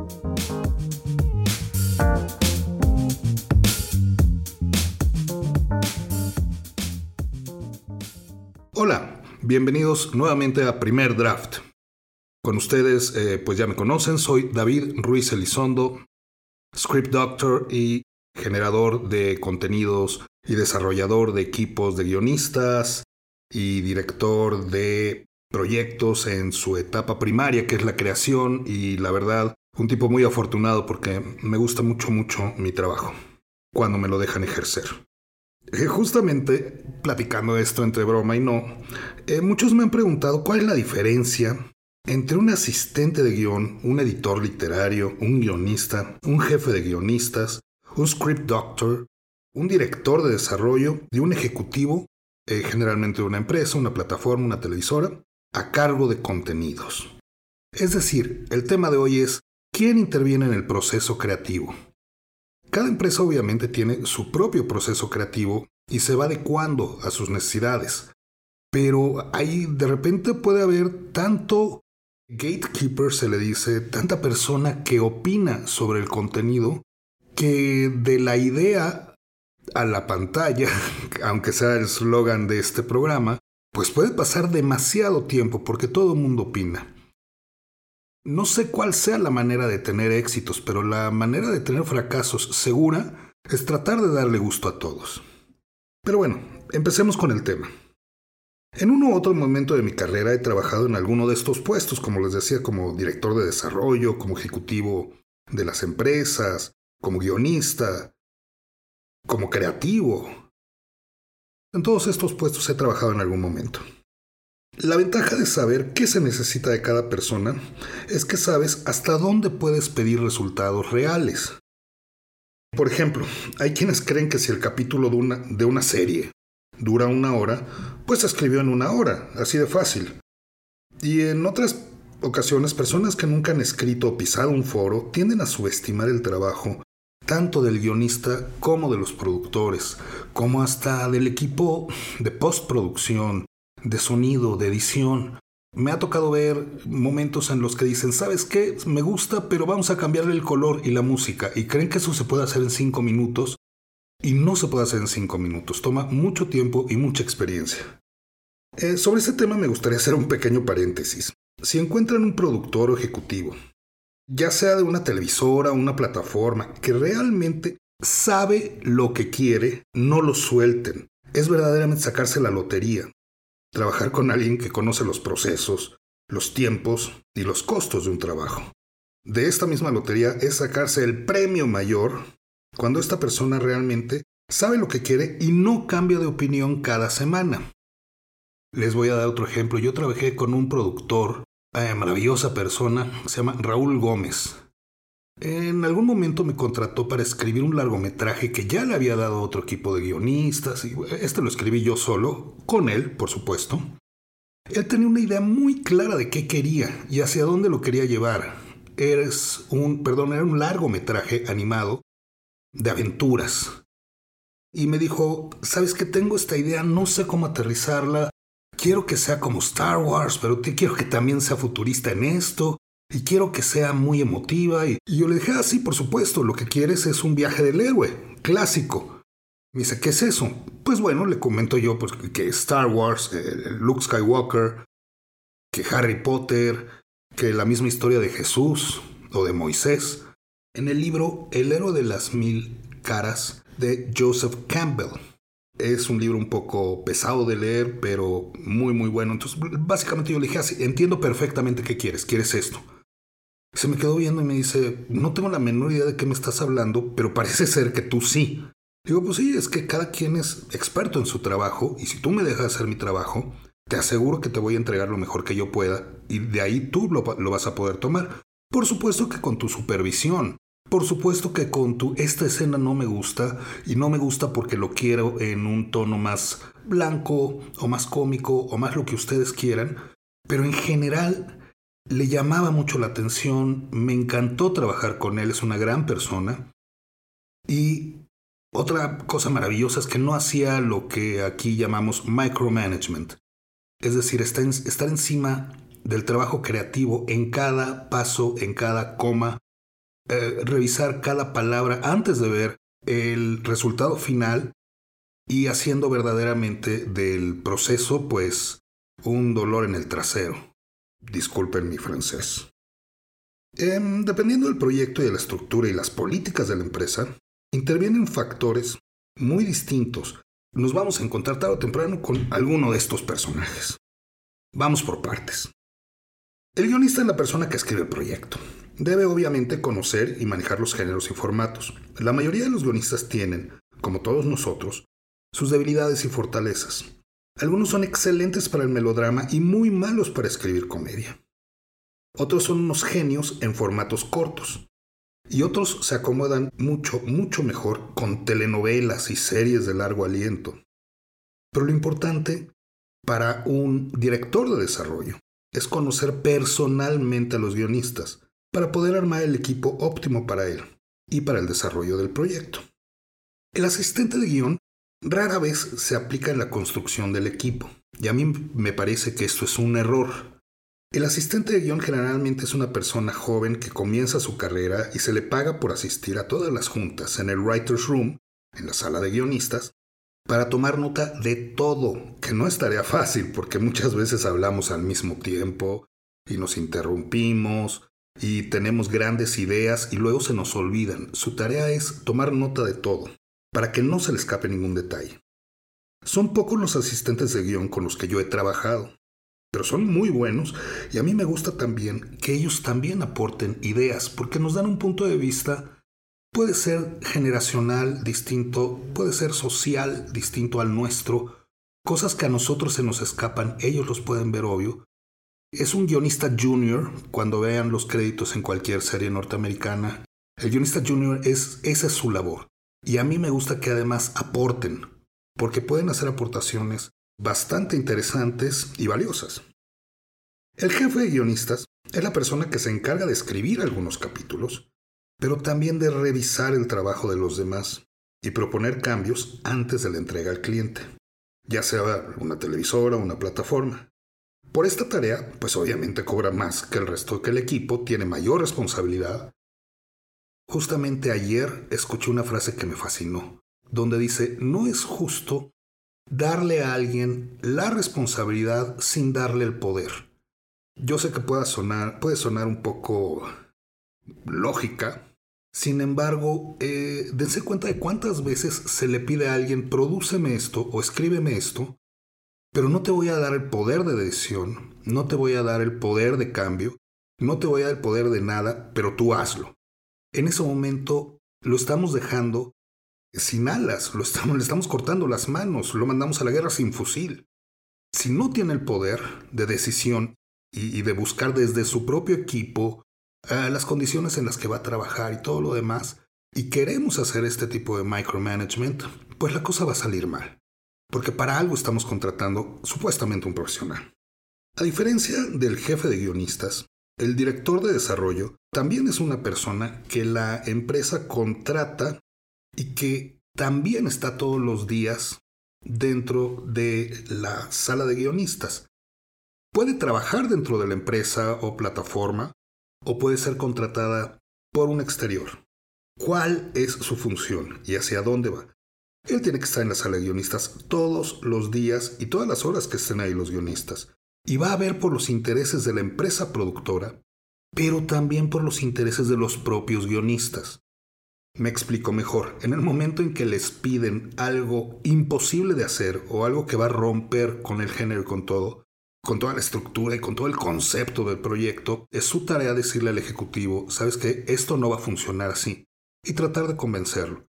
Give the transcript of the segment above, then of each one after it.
Hola, bienvenidos nuevamente a Primer Draft. Con ustedes, pues ya me conocen, soy David Ruiz Elizondo, script doctor y generador de contenidos y desarrollador de equipos de guionistas y director de proyectos en su etapa primaria, que es la creación, y la verdad, un tipo muy afortunado porque me gusta mucho mi trabajo, cuando me lo dejan ejercer. Justamente, platicando esto entre broma y no, muchos me han preguntado cuál es la diferencia entre un asistente de guión, un editor literario, un guionista, un jefe de guionistas, un script doctor, un director de desarrollo y un ejecutivo, generalmente de una empresa, una plataforma, una televisora, a cargo de contenidos. Es decir, el tema de hoy es ¿quién interviene en el proceso creativo? Cada empresa obviamente tiene su propio proceso creativo y se va adecuando a sus necesidades. Pero ahí de repente puede haber tanto gatekeeper, se le dice, tanta persona que opina sobre el contenido, que de la idea a la pantalla, aunque sea el eslogan de este programa, pues puede pasar demasiado tiempo porque todo el mundo opina. No sé cuál sea la manera de tener éxitos, pero la manera de tener fracasos segura es tratar de darle gusto a todos. Pero bueno, empecemos con el tema. En uno u otro momento de mi carrera he trabajado en alguno de estos puestos, como les decía, como director de desarrollo, como ejecutivo de las empresas, como guionista, como creativo. En todos estos puestos he trabajado en algún momento. La ventaja de saber qué se necesita de cada persona es que sabes hasta dónde puedes pedir resultados reales. Por ejemplo, hay quienes creen que si el capítulo de una serie dura 1 hora, pues se escribió en 1 hora, así de fácil. Y en otras ocasiones, personas que nunca han escrito o pisado un foro tienden a subestimar el trabajo tanto del guionista como de los productores, como hasta del equipo de postproducción, de sonido, de edición. Me ha tocado ver momentos en los que dicen, ¿sabes qué? Me gusta, pero vamos a cambiarle el color y la música. Y creen que eso se puede hacer en 5 minutos. Y no se puede hacer en 5 minutos. Toma mucho tiempo y mucha experiencia. Sobre ese tema me gustaría hacer un pequeño paréntesis. Si encuentran un productor o ejecutivo, ya sea de una televisora o una plataforma, que realmente sabe lo que quiere, no lo suelten. Es verdaderamente sacarse la lotería. Trabajar con alguien que conoce los procesos, los tiempos y los costos de un trabajo. De esta misma lotería es sacarse el premio mayor cuando esta persona realmente sabe lo que quiere y no cambia de opinión cada semana. Les voy a dar otro ejemplo. Yo trabajé con un productor, maravillosa persona, se llama Raúl Gómez. En algún momento me contrató para escribir un largometraje que ya le había dado a otro equipo de guionistas. Y lo escribí yo solo, con él, por supuesto. Él tenía una idea muy clara de qué quería y hacia dónde lo quería llevar. Era un largometraje animado de aventuras. Y me dijo, ¿sabes qué? Tengo esta idea, no sé cómo aterrizarla. Quiero que sea como Star Wars, pero quiero que también sea futurista en esto. Y quiero que sea muy emotiva. Y yo le dije, sí, por supuesto, lo que quieres es un viaje del héroe, clásico. Me dice, ¿qué es eso? Pues bueno, le comento yo pues, que Star Wars, Luke Skywalker, que Harry Potter, que la misma historia de Jesús o de Moisés. En el libro El héroe de las 1000 caras de Joseph Campbell. Es un libro un poco pesado de leer, pero muy bueno. Entonces, básicamente yo le dije, entiendo perfectamente qué quieres. ¿Quieres esto? Se me quedó viendo y me dice, no tengo la menor idea de qué me estás hablando, pero parece ser que tú sí. Digo, pues sí, es que cada quien es experto en su trabajo y si tú me dejas hacer mi trabajo, te aseguro que te voy a entregar lo mejor que yo pueda y de ahí tú lo vas a poder tomar. Por supuesto que con tu supervisión. Por supuesto que esta escena no me gusta y no me gusta porque lo quiero en un tono más blanco o más cómico o más lo que ustedes quieran, pero en general le llamaba mucho la atención, me encantó trabajar con él, es una gran persona. Y otra cosa maravillosa es que no hacía lo que aquí llamamos micromanagement, es decir, estar encima del trabajo creativo en cada paso, en cada coma, revisar cada palabra antes de ver el resultado final y haciendo verdaderamente del proceso, pues, un dolor en el trasero. Disculpen mi francés. Dependiendo del proyecto y de la estructura y las políticas de la empresa, intervienen factores muy distintos. Nos vamos a encontrar tarde o temprano con alguno de estos personajes. Vamos por partes. El guionista es la persona que escribe el proyecto. Debe obviamente conocer y manejar los géneros y formatos. La mayoría de los guionistas tienen, como todos nosotros, sus debilidades y fortalezas. Algunos son excelentes para el melodrama y muy malos para escribir comedia. Otros son unos genios en formatos cortos. Y otros se acomodan mucho, mucho mejor con telenovelas y series de largo aliento. Pero lo importante para un director de desarrollo es conocer personalmente a los guionistas para poder armar el equipo óptimo para él y para el desarrollo del proyecto. El asistente de guión rara vez se aplica en la construcción del equipo, y a mí me parece que esto es un error. El asistente de guión generalmente es una persona joven que comienza su carrera y se le paga por asistir a todas las juntas en el writer's room, en la sala de guionistas, para tomar nota de todo, que no es tarea fácil porque muchas veces hablamos al mismo tiempo y nos interrumpimos y tenemos grandes ideas y luego se nos olvidan. Su tarea es tomar nota de todo, para que no se le escape ningún detalle. Son pocos los asistentes de guión con los que yo he trabajado, pero son muy buenos y a mí me gusta también que ellos también aporten ideas porque nos dan un punto de vista, puede ser generacional distinto, puede ser social distinto al nuestro, cosas que a nosotros se nos escapan, ellos los pueden ver obvio. Es un guionista junior, cuando vean los créditos en cualquier serie norteamericana, el guionista junior esa es su labor y a mí me gusta que además aporten, porque pueden hacer aportaciones bastante interesantes y valiosas. El jefe de guionistas es la persona que se encarga de escribir algunos capítulos, pero también de revisar el trabajo de los demás y proponer cambios antes de la entrega al cliente, ya sea una televisora o una plataforma. Por esta tarea, pues obviamente cobra más que el resto, que el equipo tiene mayor responsabilidad. Justamente ayer escuché una frase que me fascinó, donde dice, no es justo darle a alguien la responsabilidad sin darle el poder. Yo sé que puede sonar un poco lógica, sin embargo, dense cuenta de cuántas veces se le pide a alguien, prodúceme esto o escríbeme esto, pero no te voy a dar el poder de decisión, no te voy a dar el poder de cambio, no te voy a dar el poder de nada, pero tú hazlo. En ese momento lo estamos dejando sin alas, le estamos cortando las manos, lo mandamos a la guerra sin fusil. Si no tiene el poder de decisión y de buscar desde su propio equipo las condiciones en las que va a trabajar y todo lo demás, y queremos hacer este tipo de micromanagement, pues la cosa va a salir mal, porque para algo estamos contratando supuestamente un profesional. A diferencia del jefe de guionistas, el director de desarrollo también es una persona que la empresa contrata y que también está todos los días dentro de la sala de guionistas. Puede trabajar dentro de la empresa o plataforma o puede ser contratada por un exterior. ¿Cuál es su función y hacia dónde va? Él tiene que estar en la sala de guionistas todos los días y todas las horas que estén ahí los guionistas. Y va a ver por los intereses de la empresa productora, pero también por los intereses de los propios guionistas. Me explico mejor. En el momento en que les piden algo imposible de hacer o algo que va a romper con el género y con todo, con toda la estructura y con todo el concepto del proyecto, es su tarea decirle al ejecutivo, ¿sabes qué? Esto no va a funcionar así. Y tratar de convencerlo.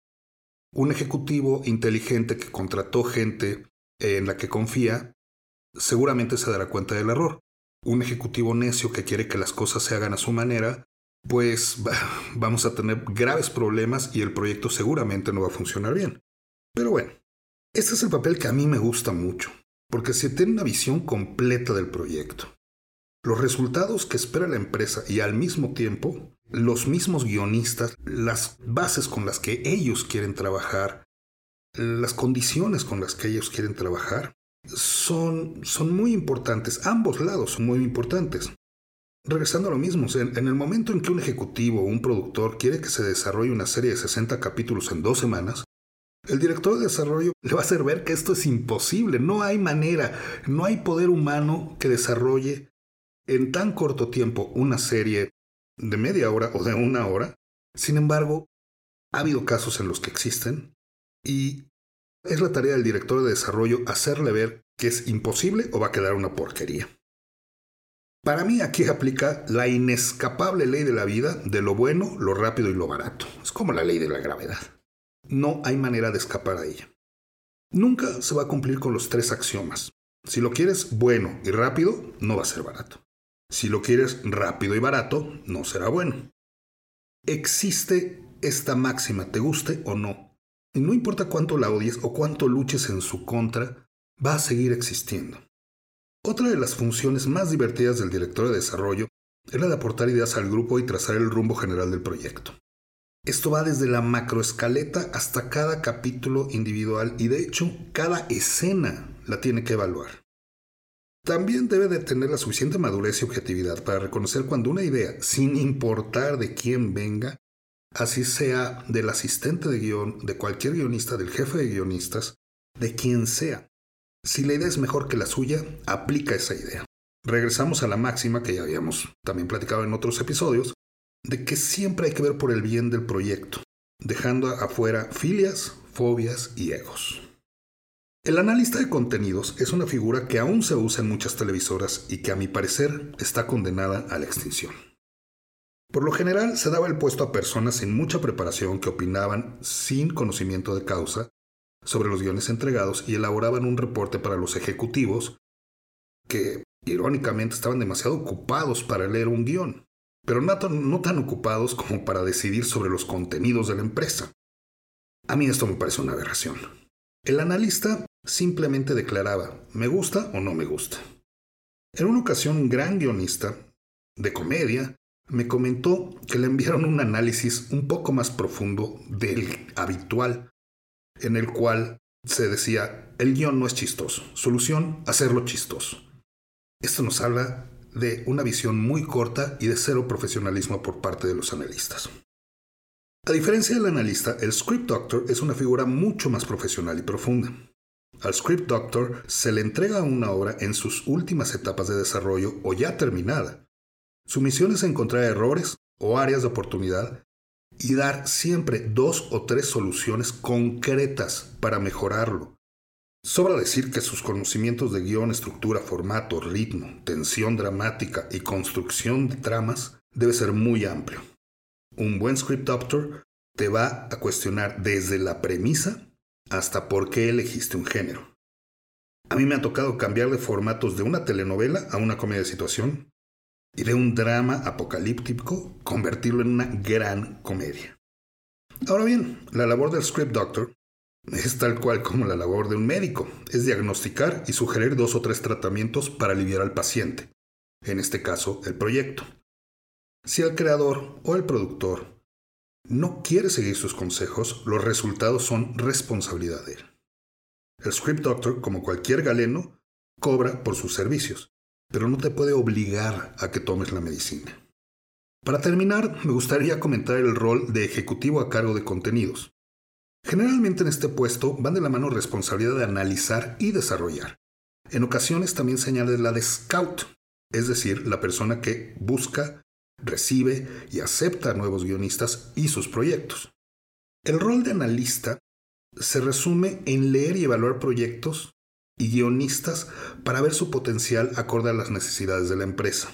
Un ejecutivo inteligente que contrató gente en la que confía, seguramente se dará cuenta del error. Un ejecutivo necio que quiere que las cosas se hagan a su manera, pues vamos a tener graves problemas y el proyecto seguramente no va a funcionar bien. Pero bueno, este es el papel que a mí me gusta mucho, porque se tiene una visión completa del proyecto. Los resultados que espera la empresa y al mismo tiempo, los mismos guionistas, las bases con las que ellos quieren trabajar, las condiciones con las que ellos quieren trabajar, son muy importantes. Ambos lados son muy importantes. regresando a lo mismo, o sea, en el momento en que un ejecutivo o un productor quiere que se desarrolle una serie de 60 capítulos en 2 semanas, el director de desarrollo le va a hacer ver que esto es imposible. No hay manera, no hay poder humano que desarrolle en tan corto tiempo una serie de media hora o de 1 hora. Sin embargo, ha habido casos en los que existen y es la tarea del director de desarrollo hacerle ver que es imposible o va a quedar una porquería. Para mí aquí aplica la inescapable ley de la vida de lo bueno, lo rápido y lo barato. Es como la ley de la gravedad. No hay manera de escapar a ella. Nunca se va a cumplir con los 3 axiomas. Si lo quieres bueno y rápido, no va a ser barato. Si lo quieres rápido y barato, no será bueno. Existe esta máxima, te guste o no. Y no importa cuánto la odies o cuánto luches en su contra, va a seguir existiendo. Otra de las funciones más divertidas del director de desarrollo es la de aportar ideas al grupo y trazar el rumbo general del proyecto. Esto va desde la macroescaleta hasta cada capítulo individual y de hecho cada escena la tiene que evaluar. También debe de tener la suficiente madurez y objetividad para reconocer cuando una idea, sin importar de quién venga, así sea del asistente de guión, de cualquier guionista, del jefe de guionistas, de quien sea, si la idea es mejor que la suya, aplica esa idea. Regresamos a la máxima que ya habíamos también platicado en otros episodios, de que siempre hay que ver por el bien del proyecto, dejando afuera filias, fobias y egos. El analista de contenidos es una figura que aún se usa en muchas televisoras y que a mi parecer está condenada a la extinción. Por lo general se daba el puesto a personas sin mucha preparación que opinaban sin conocimiento de causa sobre los guiones entregados y elaboraban un reporte para los ejecutivos que, irónicamente, estaban demasiado ocupados para leer un guión, pero no tan ocupados como para decidir sobre los contenidos de la empresa. A mí esto me parece una aberración. El analista simplemente declaraba, ¿me gusta o no me gusta? En una ocasión, un gran guionista de comedia me comentó que le enviaron un análisis un poco más profundo del habitual, en el cual se decía, el guión no es chistoso, solución, hacerlo chistoso. Esto nos habla de una visión muy corta y de cero profesionalismo por parte de los analistas. A diferencia del analista, el script doctor es una figura mucho más profesional y profunda. Al script doctor se le entrega una obra en sus últimas etapas de desarrollo o ya terminada. Su misión es encontrar errores o áreas de oportunidad y dar siempre 2 o 3 soluciones concretas para mejorarlo. Sobra decir que sus conocimientos de guión, estructura, formato, ritmo, tensión dramática y construcción de tramas debe ser muy amplio. Un buen script doctor te va a cuestionar desde la premisa hasta por qué elegiste un género. A mí me ha tocado cambiar de formatos de una telenovela a una comedia de situación y de un drama apocalíptico convertirlo en una gran comedia. Ahora bien, la labor del script doctor es tal cual como la labor de un médico, es diagnosticar y sugerir 2 o 3 tratamientos para aliviar al paciente, en este caso el proyecto. Si el creador o el productor no quiere seguir sus consejos, los resultados son responsabilidad de él. El script doctor, como cualquier galeno, cobra por sus servicios, pero no te puede obligar a que tomes la medicina. Para terminar, me gustaría comentar el rol de ejecutivo a cargo de contenidos. Generalmente en este puesto van de la mano responsabilidad de analizar y desarrollar. En ocasiones también se añade la de scout, es decir, la persona que busca, recibe y acepta a nuevos guionistas y sus proyectos. El rol de analista se resume en leer y evaluar proyectos y guionistas para ver su potencial acorde a las necesidades de la empresa.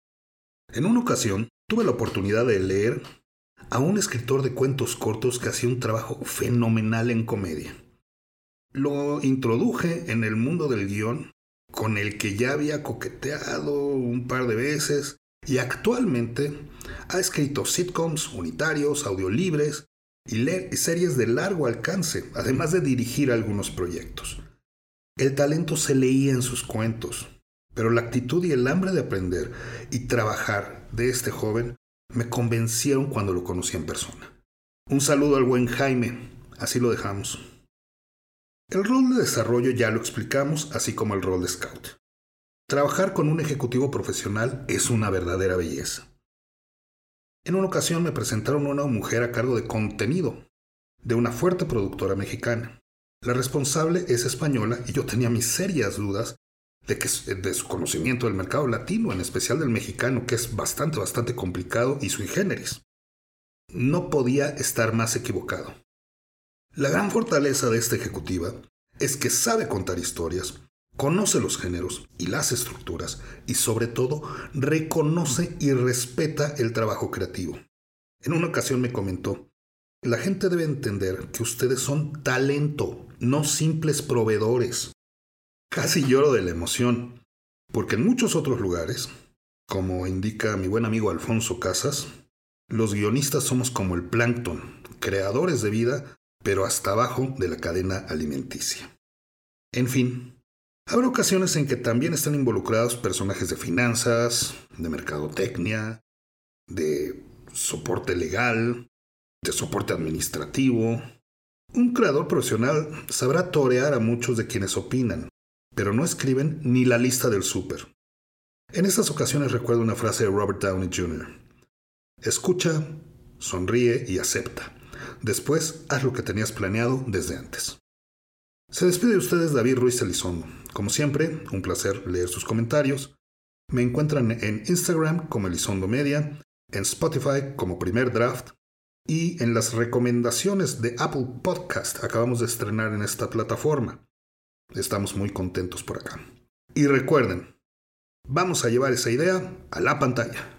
En una ocasión, tuve la oportunidad de leer a un escritor de cuentos cortos que hacía un trabajo fenomenal en comedia. Lo introduje en el mundo del guión, con el que ya había coqueteado un par de veces, y actualmente ha escrito sitcoms, unitarios, audiolibres y series de largo alcance, además de dirigir algunos proyectos. El talento se leía en sus cuentos, pero la actitud y el hambre de aprender y trabajar de este joven me convencieron cuando lo conocí en persona. Un saludo al buen Jaime, así lo dejamos. El rol de desarrollo ya lo explicamos, así como el rol de scout. Trabajar con un ejecutivo profesional es una verdadera belleza. En una ocasión me presentaron a una mujer a cargo de contenido de una fuerte productora mexicana. La responsable es española y yo tenía mis serias dudas de su conocimiento del mercado latino, en especial del mexicano, que es bastante complicado y sui generis. No podía estar más equivocado. La gran fortaleza de esta ejecutiva es que sabe contar historias, conoce los géneros y las estructuras y sobre todo reconoce y respeta el trabajo creativo. En una ocasión me comentó: la gente debe entender que ustedes son talento, no simples proveedores. Casi lloro de la emoción, porque en muchos otros lugares, como indica mi buen amigo Alfonso Casas, los guionistas somos como el plancton, creadores de vida, pero hasta abajo de la cadena alimenticia. En fin, habrá ocasiones en que también están involucrados personajes de finanzas, de mercadotecnia, de soporte legal, de soporte administrativo. Un creador profesional sabrá torear a muchos de quienes opinan, pero no escriben ni la lista del súper. En estas ocasiones recuerdo una frase de Robert Downey Jr. Escucha, sonríe y acepta. Después, haz lo que tenías planeado desde antes. Se despide de ustedes David Ruiz Elizondo. Como siempre, un placer leer sus comentarios. Me encuentran en Instagram como Elizondo Media, en Spotify como Primer Draft y en las recomendaciones de Apple Podcast. Acabamos de estrenar en esta plataforma. Estamos muy contentos por acá. Y recuerden, vamos a llevar esa idea a la pantalla.